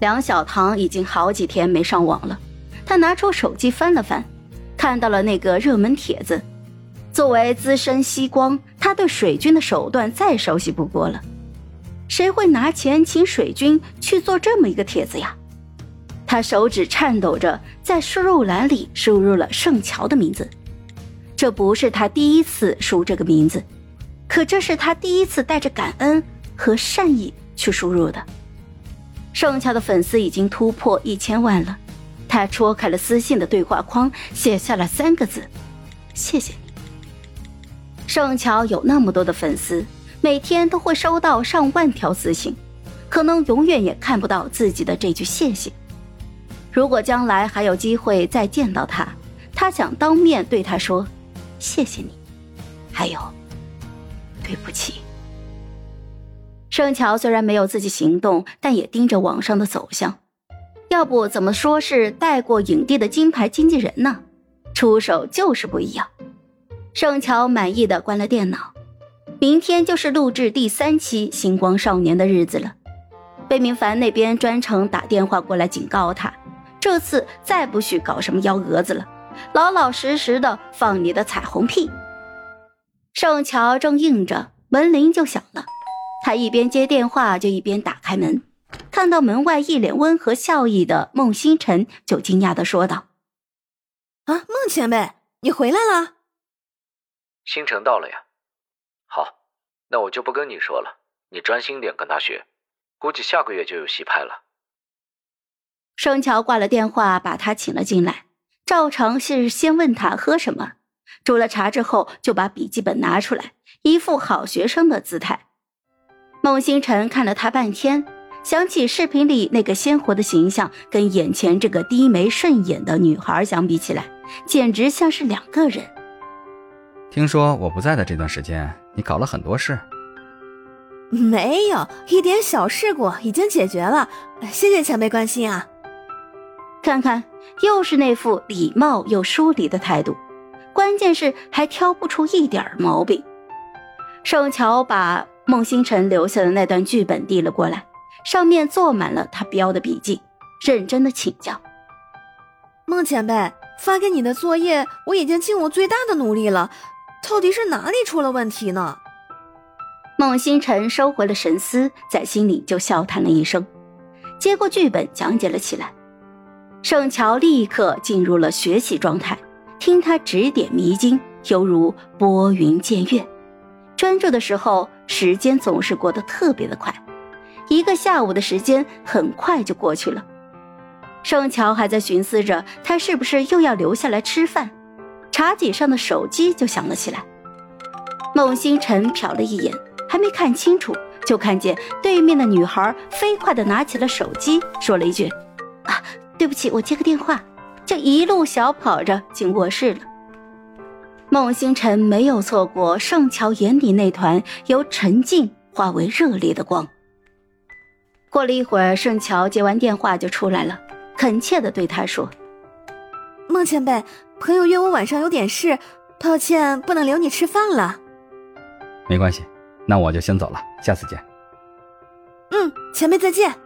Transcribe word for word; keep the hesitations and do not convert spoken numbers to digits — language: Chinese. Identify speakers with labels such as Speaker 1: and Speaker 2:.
Speaker 1: 梁小棠已经好几天没上网了，他拿出手机翻了翻，看到了那个热门帖子。作为资深西光，他对水军的手段再熟悉不过了。谁会拿钱请水军去做这么一个帖子呀？他手指颤抖着在输入栏里输入了盛乔的名字。这不是他第一次输这个名字，可这是他第一次带着感恩和善意去输入的。盛乔的粉丝已经突破一千万了，他戳开了私信的对话框，写下了三个字：谢谢你。盛乔有那么多的粉丝，每天都会收到上万条私信，可能永远也看不到自己的这句谢谢。如果将来还有机会再见到他，他想当面对他说谢谢你，还有对不起。盛乔虽然没有自己行动，但也盯着网上的走向，要不怎么说是带过影帝的金牌经纪人呢？出手就是不一样。盛乔满意的关了电脑，明天就是录制第三期《星光少年》的日子了。贝明凡那边专程打电话过来警告他，这次再不许搞什么幺蛾子了，老老实实的放你的彩虹屁。盛乔正应着，门铃就响了，他一边接电话就一边打开门，看到门外一脸温和笑意的孟星辰，就惊讶地说道：
Speaker 2: 啊，孟前辈，你回来了？
Speaker 3: 星辰到了呀。好，那我就不跟你说了，你专心点跟他学，估计下个月就有戏拍了。
Speaker 1: 盛乔挂了电话，把他请了进来，照常是先问他喝什么，煮了茶之后就把笔记本拿出来，一副好学生的姿态。孟星辰看了他半天，想起视频里那个鲜活的形象，跟眼前这个低眉顺眼的女孩相比起来，简直像是两个人。
Speaker 4: 听说我不在的这段时间，你搞了很多事。
Speaker 2: 没有，一点小事故已经解决了，谢谢前辈关心啊。
Speaker 1: 看看，又是那副礼貌又疏离的态度，关键是还挑不出一点毛病。盛乔把孟星辰留下的那段剧本递了过来，上面坐满了他标的笔记，认真的请教：
Speaker 2: 孟前辈，发给你的作业我已经尽我最大的努力了，到底是哪里出了问题呢？
Speaker 1: 孟星辰收回了神思，在心里就笑叹了一声，接过剧本讲解了起来。盛乔立刻进入了学习状态，听他指点迷津，犹如拨云见月。专注的时候，时间总是过得特别的快，一个下午的时间很快就过去了。盛乔还在寻思着他是不是又要留下来吃饭，茶几上的手机就响了起来。孟星辰瞟了一眼，还没看清楚，就看见对面的女孩飞快地拿起了手机，说了一句：啊，对不起，我接个电话，就一路小跑着进卧室了。孟星辰没有错过盛乔眼里那团由沉静化为热烈的光。过了一会儿，盛乔接完电话就出来了，恳切地对他说：
Speaker 2: 孟前辈，朋友约我晚上有点事，抱歉不能留你吃饭了。
Speaker 4: 没关系，那我就先走了，下次见。
Speaker 2: 嗯，前辈再见。